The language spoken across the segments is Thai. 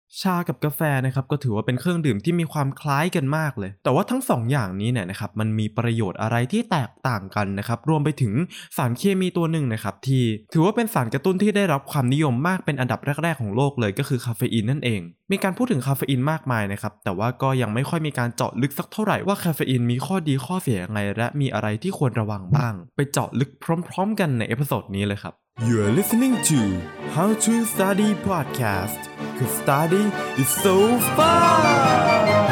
ชากับกาแฟนะครับก็ถือว่าเป็นเครื่องดื่มที่มีความคล้ายกันมากเลยแต่ว่าทั้ง2 อย่างนี้เนี่ยนะครับมันมีประโยชน์อะไรที่แตกต่างกันนะครับรวมไปถึงสารเคมีตัวหนึ่งนะครับที่ถือว่าเป็นสารกระตุ้นที่ได้รับความนิยมมากเป็นอันดับแรกๆของโลกเลยก็คือคาเฟอีนนั่นเองมีการพูดถึงคาเฟอีนมากมายนะครับแต่ว่าก็ยังไม่ค่อยมีการเจาะลึกสักเท่าไหร่ว่าคาเฟอีนมีข้อดีข้อเสียยังไงและมีอะไรที่ควรระวังบ้างไปเจาะลึกพร้อมๆกันในเอพิโซดนี้เลยครับ You're listening to How to Study Podcast Cause study is so fun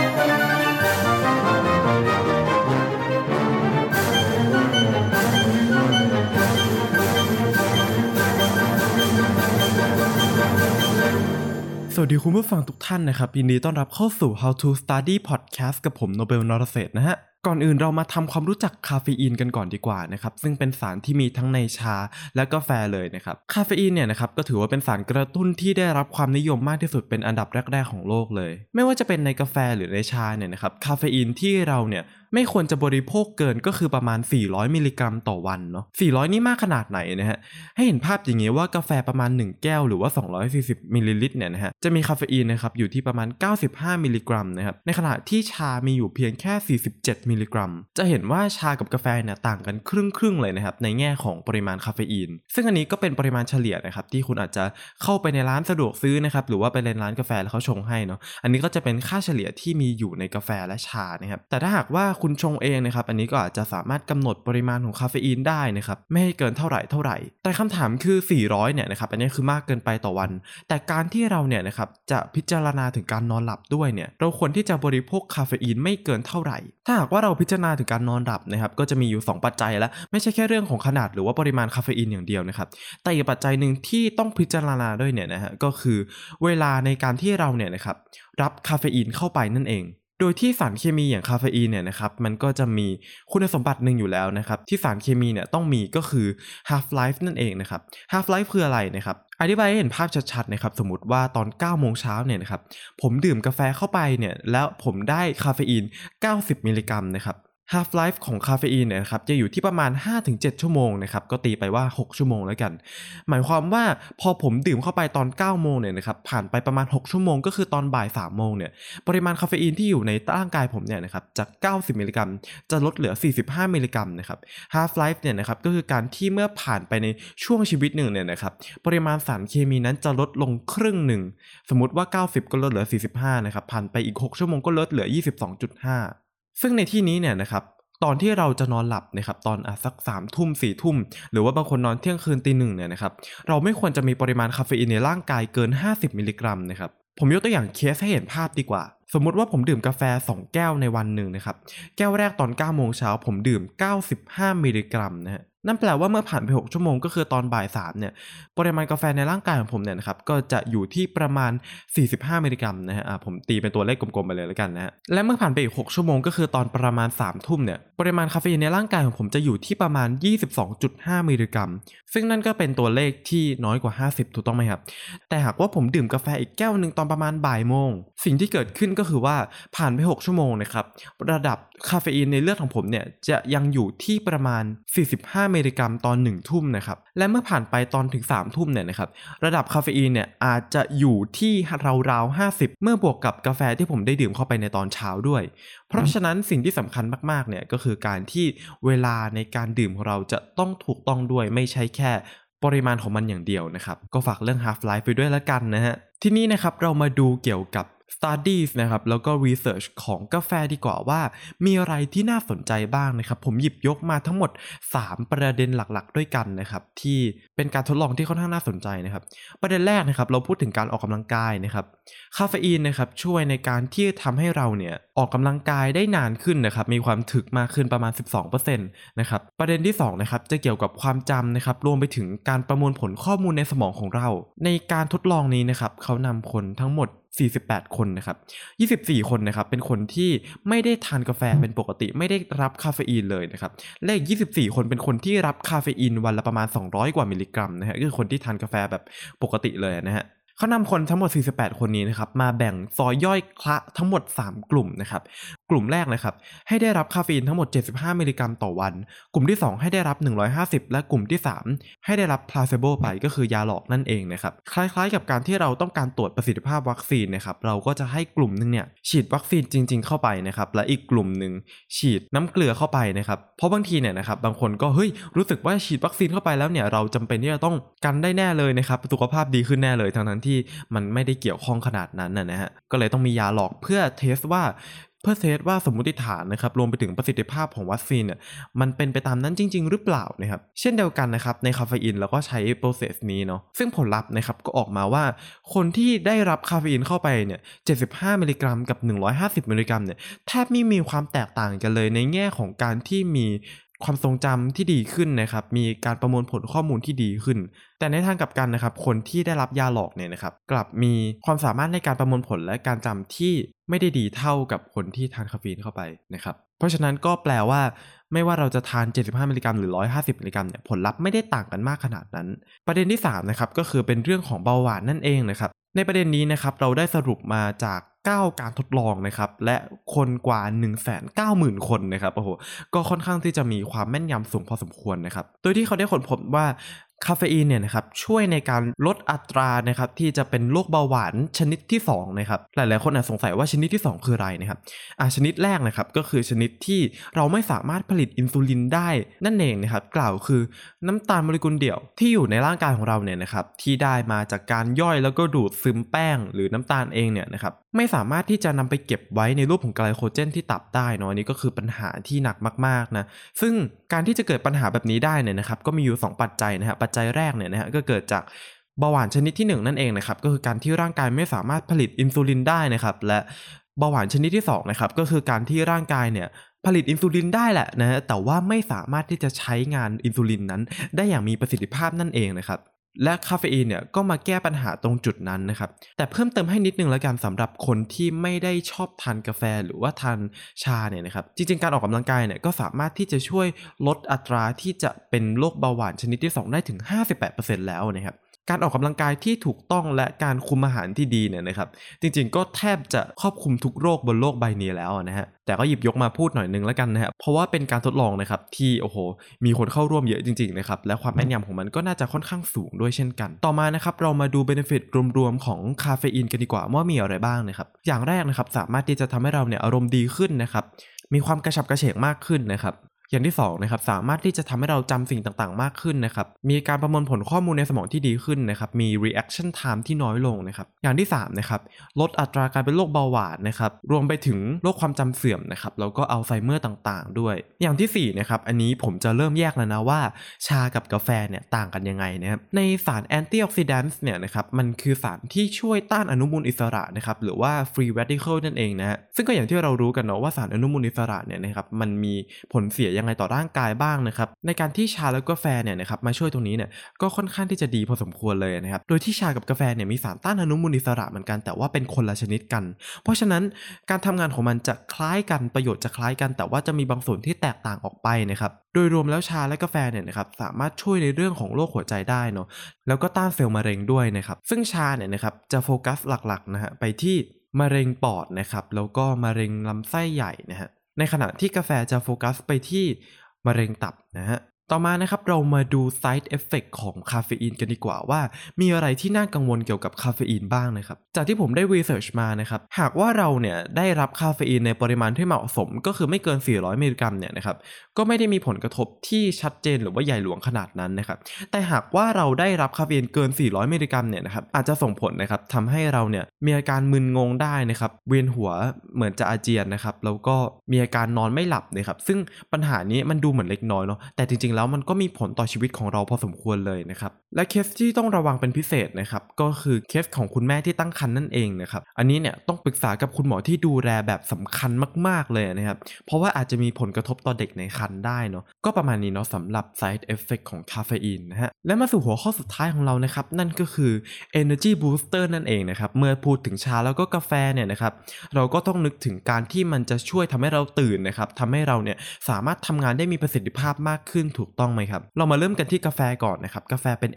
สวัสดีคุณผู้ฟังทุกท่านนะครับยินดีต้อนรับเข้าสู่ How to Study Podcast กับผมโนเบลนรเศรษฐ์นะฮะก่อนอื่นเรามาทำความรู้จักคาเฟอีนกันก่อนดีกว่านะครับซึ่งเป็นสารที่มีทั้งในชาและกาแฟเลยนะครับคาเฟอีนเนี่ยนะครับก็ถือว่าเป็นสารกระตุ้นที่ได้รับความนิยมมากที่สุดเป็นอันดับแรกๆของโลกเลยไม่ว่าจะเป็นในกาแฟหรือในชาเนี่ยนะครับคาเฟอีนที่เราเนี่ยไม่ควรจะบริโภคเกินก็คือประมาณ400มิลลิกรัมต่อวันเนาะ400นี่มากขนาดไหนนะฮะให้เห็นภาพอย่างงี้ว่ากาแฟประมาณ1แก้วหรือว่า240มิลลิลิตรเนี่ยนะฮะจะมีคาเฟอีนนะครับอยู่ที่ประมาณ95มิลลิกรัมนะครับในขณะที่ชามีอยู่เพียงแค่47มิลลิกรัมจะเห็นว่าชากับกาแฟเนี่ยต่างกันครึ่งเลยนะครับในแง่ของปริมาณคาเฟอีนซึ่งอันนี้ก็เป็นปริมาณเฉลี่ยนะครับที่คุณอาจจะเข้าไปในร้านสะดวกซื้อนะครับหรือว่าไปในร้านกาแฟแล้วเขาชงให้เนาะอันนี้ก็จะเป็นค่าเฉลี่ยที่มีอยู่ในกาแฟและชานะครับแต่ถ้าหากว่าคุณชงเองนะครับอันนี้ก็อาจจะสามารถกำหนดปริมาณของคาเฟอีนได้นะครับไม่ให้เกินเท่าไหร่แต่คำถามคือ400เนี่ยนะครับอันนี้คือมากเกินไปต่อวันแต่การที่เราเนี่ยนะครับจะพิจารณาถึงการนอนหลับด้วยเนี่ยเราควรที่จะบริโภคคาเฟอีนไม่เกินเท่าไหร่ถ้าหากว่าเราพิจารณาถึงการนอนหลับนะครับก็จะมีอยู่2ปัจจัยแล้วไม่ใช่แค่เรื่องของขนาดหรือว่าปริมาณคาเฟอีนอย่างเดียวนะครับแต่อีกปัจจัยนึงที่ต้องพิจารณาด้วยเนี่ยนะฮะก็คือเวลาในการที่เราเนี่ยนะครับรับคาเฟอีนเข้าไปนั่นเองโดยที่สารเคมีอย่างคาเฟอีนเนี่ยนะครับมันก็จะมีคุณสมบัติหนึ่งอยู่แล้วนะครับที่สารเคมีเนี่ยต้องมีก็คือ half life นั่นเองนะครับ half life คืออะไรนะครับอธิบายให้เห็นภาพชัดๆนะครับสมมุติว่าตอน 9 โมงเช้าเนี่ยนะครับผมดื่มกาแฟเข้าไปเนี่ยแล้วผมได้คาเฟอีน90มิลลิกรัมนะครับhalf life ของคาเฟอีนเนี่ยนะครับจะอยู่ที่ประมาณ 5-7 ชั่วโมงนะครับก็ตีไปว่า6ชั่วโมงแล้วกันหมายความว่าพอผมดื่มเข้าไปตอน 9 โมงเนี่ยนะครับผ่านไปประมาณ6ชั่วโมงก็คือตอนบ่าย 3 โมงเนี่ยปริมาณคาเฟอีนที่อยู่ในร่างกายผมเนี่ยนะครับจาก90มิลลิกรัมจะลดเหลือ45มิลลิกรัมนะครับ half life เนี่ยนะครับก็คือการที่เมื่อผ่านไปในช่วงชีวิตหนึ่งเนี่ยนะครับปริมาณสารเคมีนั้นจะลดลงครึ่งหนึ่งสมมุติว่า90ก็ลดเหลือ45นะครับผ่านไปอีก6ชั่วโมงก็ลดเหลือ 22.5ซึ่งในที่นี้เนี่ยนะครับตอนที่เราจะนอนหลับนะครับตอนสัก 3 ทุ่ม 4 ทุ่มหรือว่าบางคนนอนเที่ยงคืนตี 1เนี่ยนะครับเราไม่ควรจะมีปริมาณคาเฟอีนในร่างกายเกิน50มิลลิกรัมนะครับผมยกตัวอย่างเคสให้เห็นภาพดีกว่าสมมุติว่าผมดื่มกาแฟ2แก้วในวันหนึ่งนะครับแก้วแรกตอน 9 โมงเช้าผมดื่ม95มิลลิกรัมนะฮะนั่นแปลว่าเมื่อผ่านไป6ชั่วโมงก็คือตอนบ่าย 3เนี่ยปริมาณกาแฟในร่างกายของผมเนี่ยนะครับก็จะอยู่ที่ประมาณ45มิลลิกรัมนะฮะผมตีเป็นตัวเลขกลมๆไปเลยแล้วกันนะฮะและเมื่อผ่านไปอีก6ชั่วโมงก็คือตอนประมาณ 3 ทุ่มเนี่ยปริมาณคาเฟอีนในร่างกายของผมจะอยู่ที่ประมาณ 22.5 มิลลิกรัมซึ่งนั่นก็เป็นตัวเลขที่น้อยกว่า50ถูกต้องไหมครับแต่หากว่าผมดื่มกาแฟอีกแก้วนึงตอนประมาณบ่ายโมงสิ่งที่เกิดขึ้นก็คือว่าผ่านไป6ชั่วโมงนะครับระดับคาเฟอีนในเลือดของผมเนี่ยจะยังอยู่ที่ประมาณ45มิลลิกรัมตอน1ทุ่มนะครับและเมื่อผ่านไปตอนถึง3ทุ่มเนี่ยนะครับระดับคาเฟอีนเนี่ยอาจจะอยู่ที่ราวๆ50เมื่อบวกกับกาแฟที่ผมได้ดื่มเข้าไปในตอนเช้าด้วยเพราะฉะนั้นสิ่งที่สำคัญมากๆเนี่ยก็คือการที่เวลาในการดื่มของเราจะต้องถูกต้องด้วยไม่ใช่แค่ปริมาณของมันอย่างเดียวนะครับก็ฝากเรื่อง half life ไปด้วยละกันนะฮะทีนี้นะครับเรามาดูเกี่ยวกับstudies นะครับแล้วก็ research ของกาแฟดีกว่าว่ามีอะไรที่น่าสนใจบ้างนะครับผมหยิบยกมาทั้งหมด3ประเด็นหลักๆด้วยกันนะครับที่เป็นการทดลองที่ค่อนข้างน่าสนใจนะครับประเด็นแรกนะครับเราพูดถึงการออกกำลังกายนะครับคาเฟอีนนะครับช่วยในการที่ทำให้เราเนี่ยออกกำลังกายได้นานขึ้นนะครับมีความถึกมากขึ้นประมาณ 12% นะครับประเด็นที่2นะครับจะเกี่ยวกับความจำนะครับรวมไปถึงการประมวลผลข้อมูลในสมองของเราในการทดลองนี้นะครับเขานำคนทั้งหมด48คนนะครับ24คนนะครับเป็นคนที่ไม่ได้ทานกาแฟเป็นปกติไม่ได้รับคาเฟอีนเลยนะครับและอีก24คนเป็นคนที่รับคาเฟอีนวันละประมาณ200กว่ามิลลิกรัมนะฮะคือคนที่ทานกาแฟแบบปกติเลยนะฮะเขานำคนทั้งหมด48คนนี้นะครับมาแบ่งซอยย่อยคละทั้งหมด3กลุ่มนะครับกลุ่มแรกนะครับให้ได้รับคาเฟอีนทั้งหมด75มิลลิกรัมต่อวันกลุ่มที่2ให้ได้รับ150และกลุ่มที่3ให้ได้รับพลาเซโบไปก็คือยาหลอกนั่นเองนะครับคล้ายๆกับการที่เราต้องการตรวจประสิทธิภาพวัคซีนนะครับเราก็จะให้กลุ่มนึงเนี่ยฉีดวัคซีนจริงๆเข้าไปนะครับและอีกกลุ่มนึงฉีดน้ำเกลือเข้าไปนะครับเพราะบางทีเนี่ยนะครับบางคนก็รู้สึกว่าฉีดวัคซีนเข้าไปแล้วเนี่ยเราจำเป็นที่จะต้องกันได้แน่เลยนะครับสุขภาพดีขึ้นแน่เลยทั้งที่มันไม่ได้เกี่ยวข้องขนาดนั้นนะฮะก็เลยต้องมียาหลอกเพื่อเทสว่าสมมุติฐานนะครับรวมไปถึงประสิทธิภาพของวัคซีนเนี่ยมันเป็นไปตามนั้นจริงๆหรือเปล่านะครับเช่นเดียวกันนะครับในคาเฟอีนเราก็ใช้ process นี้เนาะซึ่งผลลัพธ์นะครับก็ออกมาว่าคนที่ได้รับคาเฟอีนเข้าไปเนี่ย75มิลลิกรัมกับ150มิลลิกรัมเนี่ยแทบไม่มีความแตกต่างกันเลยในแง่ของการที่มีความทรงจำที่ดีขึ้นนะครับมีการประมวลผลข้อมูลที่ดีขึ้นแต่ในทางกลับกันนะครับคนที่ได้รับยาหลอกเนี่ยนะครับกลับมีความสามารถในการประมวลผลและการจำที่ไม่ได้ดีเท่ากับคนที่ทานคาเฟอีนเข้าไปนะครับเพราะฉะนั้นก็แปลว่าไม่ว่าเราจะทาน75มิลลิกรัมหรือ150มิลลิกรัมเนี่ยผลลัพธ์ไม่ได้ต่างกันมากขนาดนั้นประเด็นที่3นะครับก็คือเป็นเรื่องของเบาหวานนั่นเองนะครับในประเด็นนี้นะครับเราได้สรุปมาจาก9การทดลองนะครับและคนกว่า 190,000 คนนะครับโอ้โหก็ค่อนข้างที่จะมีความแม่นยำสูงพอสมควรนะครับโดยที่เขาได้ค้นพบว่าคาเฟอีนเนี่ยนะครับช่วยในการลดอัตรานะครับที่จะเป็นโรคเบาหวานชนิดที่2นะครับหลายๆคนอาจสงสัยว่าชนิดที่2คืออะไรนะครับชนิดแรกนะครับก็คือชนิดที่เราไม่สามารถผลิตอินซูลินได้นั่นเองนะครับกล่าวคือน้ำตาลโมเลกุลเดี่ยวที่อยู่ในร่างกายของเราเนี่ยนะครับที่ได้มาจากการย่อยแล้วก็ดูดซึมแป้งหรือน้ำตาลเองเนี่ยนะครับไม่สามารถที่จะนำไปเก็บไว้ในรูปของไกลโคเจนที่ตับได้เนาะนี่ก็คือปัญหาที่หนักมากๆนะซึ่งการที่จะเกิดปัญหาแบบนี้ได้เนี่ยนะครับก็มีอยู่2ปัจจัยนะฮะปัจจัยแรกเนี่ยนะฮะก็เกิดจากเบาหวานชนิดที่1นั่นเองนะครับก็คือการที่ร่างกายไม่สามารถผลิตอินซูลินได้นะครับและเบาหวานชนิดที่2นะครับก็คือการที่ร่างกายเนี่ยผลิตอินซูลินได้แหละนะฮะแต่ว่าไม่สามารถที่จะใช้งานอินซูลินนั้นได้อย่างมีประสิทธิภาพนั่นเองนะครับและคาเฟอีนเนี่ยก็มาแก้ปัญหาตรงจุดนั้นนะครับแต่เพิ่มเติมให้นิดนึงแล้วกันสำหรับคนที่ไม่ได้ชอบทานกาแฟหรือว่าทานชาเนี่ยนะครับจริงๆการออกกำลังกายเนี่ยก็สามารถที่จะช่วยลดอัตราที่จะเป็นโรคเบาหวานชนิดที่2ได้ถึง 58% แล้วนะครับการออกกำลังกายที่ถูกต้องและการคุมอาหารที่ดีเนี่ยนะครับจริงๆก็แทบจะครอบคลุมทุกโรคบนโลกใบนี้แล้วนะฮะแต่ก็หยิบยกมาพูดหน่อยนึงแล้วกันนะฮะเพราะว่าเป็นการทดลองนะครับที่โอ้โหมีคนเข้าร่วมเยอะจริงๆนะครับและความแม่นยำของมันก็น่าจะค่อนข้างสูงด้วยเช่นกันต่อมานะครับเรามาดู benefit รวมๆของคาเฟอีนกันดีกว่าว่ามีอะไรบ้างนะครับอย่างแรกนะครับสามารถที่จะทำให้เราเนี่ยอารมณ์ดีขึ้นนะครับมีความกระฉับกระเฉงมากขึ้นนะครับอย่างที่2นะครับสามารถที่จะทำให้เราจำสิ่งต่างๆมากขึ้นนะครับมีการประมวลผลข้อมูลในสมองที่ดีขึ้นนะครับมี reaction time ที่น้อยลงนะครับอย่างที่3นะครับลดอัตราการเป็นโรคเบาหวานนะครับรวมไปถึงโรคความจำเสื่อมนะครับแล้วก็อัลไซเมอร์ต่างๆด้วยอย่างที่4นะครับอันนี้ผมจะเริ่มแยกแล้วนะว่าชากับกาแฟเนี่ยต่างกันยังไงนะครับในสารแอนตี้ออกซิแดนต์เนี่ยนะครับมันคือสารที่ช่วยต้านอนุมูลอิสระนะครับหรือว่า free radical นั่นเองนะฮะซึ่งก็อย่างที่เรารู้กันเนาะว่าสารอนุมูลอิสระเนี่ยนะครับมันมีผลเสียยังไงต่อร่างกายบ้างนะครับในการที่ชาและกาแฟเนี่ยนะครับมาช่วยตรงนี้เนี่ยก็ค่อนข้างที่จะดีพอสมควรเลยนะครับโดยที่ชากับกาแฟเนี่ยมีสารต้านอนุมูลอิสระเหมือนกันแต่ว่าเป็นคนละชนิดกันเพราะฉะนั้นการทำงานของมันจะคล้ายกันประโยชน์จะคล้ายกันแต่ว่าจะมีบางส่วนที่แตกต่างออกไปนะครับโดยรวมแล้วชาและกาแฟเนี่ยนะครับสามารถช่วยในเรื่องของโรคหัวใจได้เนาะแล้วก็ต้านเซลล์มะเร็งด้วยนะครับซึ่งชาเนี่ยนะครับจะโฟกัสหลักๆนะฮะไปที่มะเร็งปอดนะครับแล้วก็มะเร็งลำไส้ใหญ่นะฮะในขณะที่กาแฟจะโฟกัสไปที่มะเร็งตับนะฮะต่อมานะครับเรามาดู side effect ของคาเฟอีนกันดีกว่าว่ามีอะไรที่น่ากังวลเกี่ยวกับคาเฟอีนบ้างนะครับจากที่ผมได้ research มานะครับหากว่าเราเนี่ยได้รับคาเฟอีนในปริมาณที่เหมาะสมก็คือไม่เกิน400มิลลิกรัมเนี่ยนะครับก็ไม่ได้มีผลกระทบที่ชัดเจนหรือว่าใหญ่หลวงขนาดนั้นนะครับแต่หากว่าเราได้รับคาเฟอีนเกิน400มิลลิกรัมเนี่ยนะครับอาจจะส่งผลนะครับทำให้เราเนี่ยมีอาการมึนงงได้นะครับเวียนหัวเหมือนจะอาเจียนนะครับแล้วก็มีอาการนอนไม่หลับนะครับซึ่งปัญหานี้มันดูเหมือนเล็กน้อยเนาะแต่จริงๆแล้วมันก็มีผลต่อชีวิตของเราพอสมควรเลยนะครับและเคสที่ต้องระวังเป็นพิเศษนะครับก็คือเคสของคุณแม่ที่ตั้งครรภ์นั่นเองนะครับอันนี้เนี่ยต้องปรึกษากับคุณหมอที่ดูแลแบบสำคัญมากๆเลยนะครับเพราะว่าอาจจะมีผลกระทบต่อเด็กในครรภ์ได้เนาะก็ประมาณนี้เนาะสำหรับ side effect ของคาเฟอีนนะฮะและมาสู่หัวข้อสุดท้ายของเรานะครับนั่นก็คือ energy booster นั่นเองนะครับเมื่อพูดถึงชาแล้วก็กาแฟเนี่ยนะครับเราก็ต้องนึกถึงการที่มันจะช่วยทำให้เราตื่นนะครับทำให้เราเนี่ยสามารถทำงานได้มีประสิทธิภาพมากขึ้นถูกต้องไหมครับเรามาเริ่มกันที่กาแฟก่อนนะครับกาแฟเป็น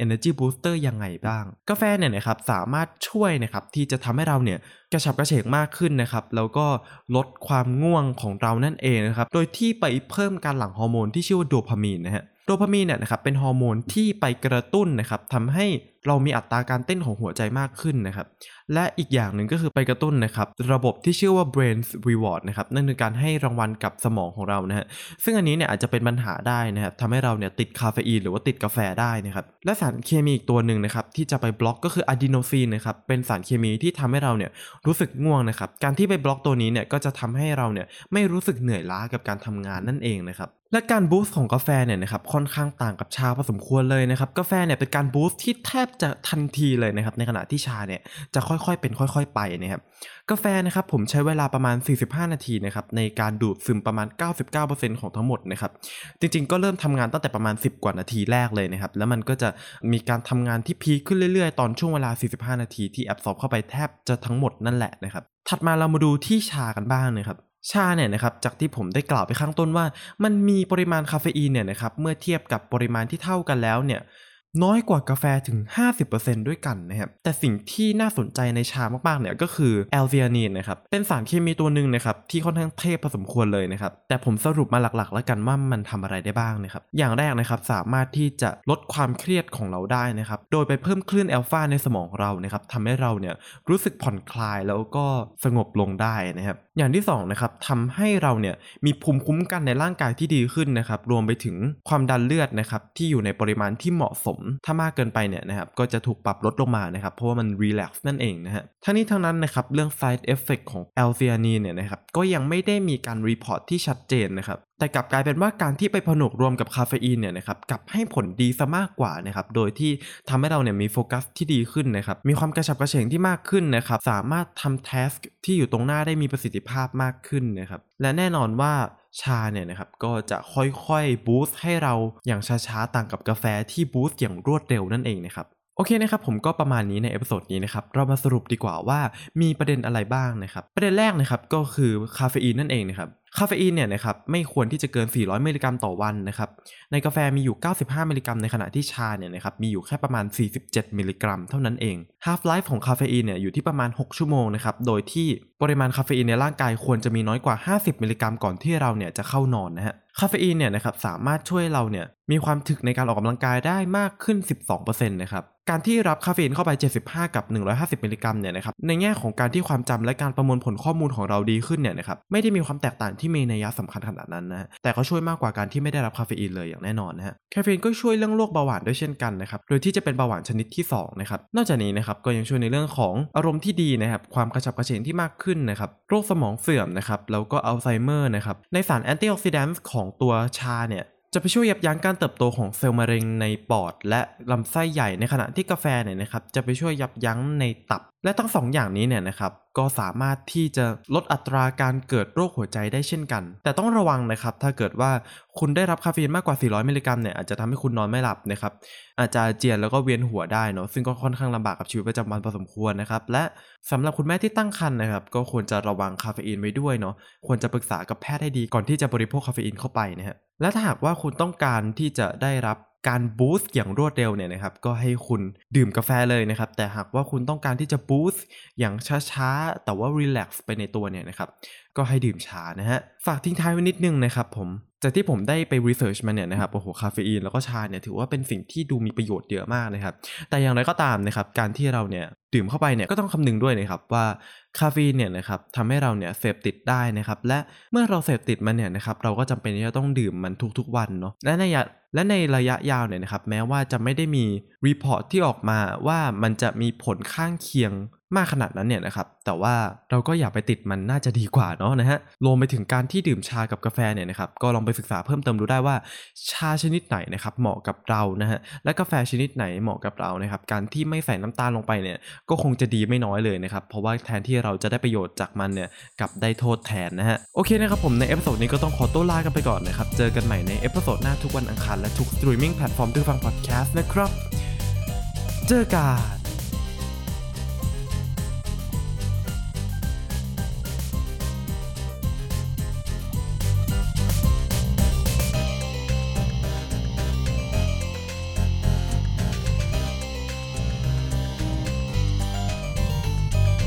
energy booster ยังไงบ้างกาแฟเนี่ยนะครับสามารถช่วยนะครับที่จะทำให้เราเนี่ยกระฉับกระเฉงมากขึ้นนะครับแล้วก็ลดความง่วงของเรานั่นเองนะครับโดยที่ไปเพิ่มการหลั่งฮอร์โมนที่ชื่อว่าโดพามีนนะฮะโดพามีนเนี่ยนะครับเป็นฮอร์โมนที่ไปกระตุ้นนะครับทำให้เรามีอัตราการเต้นของหัวใจมากขึ้นนะครับและอีกอย่างหนึ่งก็คือไปกระตุ้นนะครับระบบที่ชื่อว่า brain reward นะครับนั่นคือการให้รางวัลกับสมองของเรานะฮะซึ่งอันนี้เนี่ยอาจจะเป็นปัญหาได้นะครับทำให้เราเนี่ยติดคาเฟอีนหรือว่าติดกาแฟได้นะครับและสารเคมีอีกตัวหนึ่งนะครับที่จะไปบล็อกก็คืออะดีโนซีนนะครับเป็นสารเคมีที่ทำให้เราเนี่ยรู้สึกง่วงนะครับการที่ไปบล็อกตัวนี้เนี่ยก็จะทำให้เราเนี่ยไม่รู้สึกเหนื่อยล้ากับการทำงานนั่นเองนะครับและการบูสต์ของกาแฟเนี่ยนะครับค่อนข้างต่างกับชาพอสมควรเลยนะครับกาแฟเนี่ยเป็นการบูสต์ที่แทบจะทันทีเลยนะครับในขณะที่ชาเนี่ยจะค่อยๆเป็นค่อยๆไปนะครับกาแฟนะครับผมใช้เวลาประมาณ45นาทีนะครับในการดูดซึมประมาณ 99% ของทั้งหมดนะครับจริงๆก็เริ่มทำงานตั้งแต่ประมาณ10กว่านาทีแรกเลยนะครับแล้วมันก็จะมีการทำงานที่พีคขึ้นเรื่อยๆตอนช่วงเวลา45นาทีที่แอบซอร์บเข้าไปแทบจะทั้งหมดนั่นแหละนะครับถัดมาเรามาดูที่ชากันบ้างนะครับชาเนี่ยนะครับจากที่ผมได้กล่าวไปข้างต้นว่ามันมีปริมาณคาเฟอีนเนี่ยนะครับเมื่อเทียบกับปริมาณที่เท่ากันแล้วเนี่ยน้อยกว่ากาแฟถึง 50% ด้วยกันนะครับแต่สิ่งที่น่าสนใจในชามากๆเนี่ยก็คือแอลเทียนีนนะครับเป็นสารเคมีตัวหนึ่งนะครับที่ค่อนข้างเทพพอสมควรเลยนะครับแต่ผมสรุปมาหลักๆแล้วกันว่ามันทำอะไรได้บ้างนะครับอย่างแรกนะครับสามารถที่จะลดความเครียดของเราได้นะครับโดยไปเพิ่มคลื่นอัลฟาในสมองเรานะครับทำให้เราเนี่ยรู้สึกผ่อนคลายแล้วก็สงบลงได้นะครับอย่างที่2นะครับทำให้เราเนี่ยมีภูมิคุ้มกันในร่างกายที่ดีขึ้นนะครับรวมไปถึงความดันเลือดนะครับที่อยู่ในปริมาณที่เหมาะสมถ้ามากเกินไปเนี่ยนะครับก็จะถูกปรับลดลงมานะครับเพราะว่ามันรีแลกซ์นั่นเองนะฮะทั้งนี้ทั้งนั้นนะครับเรื่อง side effect ของแอลเทียนีนเนี่ยนะครับก็ยังไม่ได้มีการรีพอร์ตที่ชัดเจนนะครับแต่กลับกลายเป็นว่าการที่ไปผนวกรวมกับคาเฟอีนเนี่ยนะครับกลับให้ผลดีซะมากกว่านะครับโดยที่ทำให้เราเนี่ยมีโฟกัสที่ดีขึ้นนะครับมีความกระฉับกระเฉงที่มากขึ้นนะครับสามารถทำ task ที่อยู่ตรงหน้าได้มีประสิทธิภาพมากขึ้นนะครับและแน่นอนว่าชาเนี่ยนะครับก็จะค่อยๆบูสต์ให้เราอย่างช้าๆต่างกับกาแฟที่บูสต์อย่างรวดเร็วนั่นเองนะครับโอเคนะครับผมก็ประมาณนี้ในเอพิโซดนี้นะครับเรามาสรุปดีกว่าว่ามีประเด็นอะไรบ้างนะครับประเด็นแรกนะครับก็คือคาเฟอีนนั่นเองนะครับคาเฟอีนเนี่ยนะครับไม่ควรที่จะเกิน400มิลลิกรัมต่อวันนะครับในกาแฟมีอยู่95มิลลิกรัมในขณะที่ชาเนี่ยนะครับมีอยู่แค่ประมาณ47มิลลิกรัมเท่านั้นเอง half life ของคาเฟอีนเนี่ยอยู่ที่ประมาณ6ชั่วโมงนะครับโดยที่ปริมาณคาเฟอีนในร่างกายควรจะมีน้อยกว่า50มิลลิกรัมก่อนที่เราเนี่ยจะเข้านอนนะฮะคาเฟอีนเนี่ยนะครับสามารถช่วยเราเนี่ยมีความถึกในการออกกำลังกายได้มากขึ้น 12% นะครับการที่รับคาเฟอีนเข้าไป75กับ150มิลลิกรัมเนี่ยนะครับในแง่ของการที่ความจำและการประมวลผลข้อมูลของเราดีขึ้นเนี่ยนะครับไม่ได้มีความแตกต่างที่มีนัยสำคัญขนาดนั้นนะแต่ก็ช่วยมากกว่าการที่ไม่ได้รับคาเฟอีนเลยอย่างแน่นอนนะฮะคาเฟอีนก็ช่วยเรื่องโรคเบาหวานด้วยเช่นกันนะครับโดยที่จะเป็นเบาหวานชนิดที่2นะครับนอกจากนี้นะครับก็ยังช่วยในเรื่องของอารมณ์ที่ดีนะครับความกระฉับกระเฉงที่มากขึ้นนะครับโรคสมองเสื่อมนะครับแล้วก็อัลไซเมอร์นะครับในสารแอนตี้ออกซิแดนต์ของตัวชาเนี่ยจะไปช่วยยับยั้งการเติบโตของเซลล์มะเร็งในปอดและลำไส้ใหญ่ในขณะที่กาแฟเนี่ยนะครับจะไปช่วยยับยั้งในตับและทั้ง2อย่างนี้เนี่ยนะครับก็สามารถที่จะลดอัตราการเกิดโรคหัวใจได้เช่นกันแต่ต้องระวังนะครับถ้าเกิดว่าคุณได้รับคาเฟอีนมากกว่า400มิลลิกรัมเนี่ยอาจจะทำให้คุณนอนไม่หลับนะครับอาจจะอาเจียนแล้วก็เวียนหัวได้เนาะซึ่งก็ค่อนข้างลำบากกับชีวิตประจำวันพอสมควรนะครับและสำหรับคุณแม่ที่ตั้งครรภ์นะครับก็ควรจะระวังคาเฟอีนไว้ด้วยเนาะควรจะปรึกษากับแพทย์ให้ดีก่อนที่จะบริโภคคาเฟอีนเข้าไปนะฮะและถ้าหากว่าคุณต้องการที่จะได้รับการบูสต์อย่างรวดเร็วเนี่ยนะครับก็ให้คุณดื่มกาแฟเลยนะครับแต่หากว่าคุณต้องการที่จะบูสต์อย่างช้าๆแต่ว่ารีแลกซ์ไปในตัวเนี่ยนะครับก็ให้ดื่มชานะฮะฝากทิ้งท้ายไว้นิดนึงนะครับผมจากที่ผมได้ไปรีเสิร์ชมาเนี่ยนะครับโอ้โหคาเฟอีนแล้วก็ชาเนี่ยถือว่าเป็นสิ่งที่ดูมีประโยชน์เยอะมากนะครับแต่อย่างไรก็ตามนะครับการที่เราเนี่ยดื่มเข้าไปเนี่ยก็ต้องคำนึงด้วยนะครับว่าคาเฟอีนเนี่ยนะครับทำให้เราเนี่ยเสพติดได้นะครับและเมื่อเราเสพติดมันเนี่ยนะครับเราก็จำเป็นที่จะต้องดื่มมันทุกๆวันเนาะและในระยะยาวเนี่ยนะครับแม้ว่าจะไม่ได้มีรีพอร์ตที่ออกมาว่ามันจะมีผลข้างเคียงมากขนาดนั้นเนี่ยนะครับแต่ว่าเราก็อย่าไปติดมันน่าจะดีกว่าเนาะนะฮะรวมไปถึงการที่ดื่มชากับกาแฟเนี่ยนะครับก็ลองไปศึกษาเพิ่มเติมดูได้ว่าชาชนิดไหนนะครับเหมาะกับเรานะฮะและกาแฟชนิดไหนเหมาะกับเรานะครับการที่ไม่ใส่น้ำตาลลงไปเนี่ยก็คงจะดีไม่น้อยเลยนะครับเพราะว่าแทนที่เราจะได้ประโยชน์จากมันเนี่ยกลับได้โทษแทนนะฮะโอเคนะครับผมในเอพิโซดนี้ก็ต้องขอตัวลากันไปก่อนนะครับเจอกันใหม่ในเอพิโซดหน้าทุกวันอังคารและทุกสตรีมมิ่งแพลตฟอร์มที่ฟังพอดแคสต์นะครับเจอกัน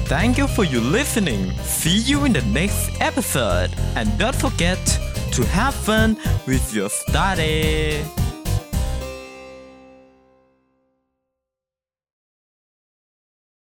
Thank you for your listening. See you in the next episode. And don't forget to have fun with your study.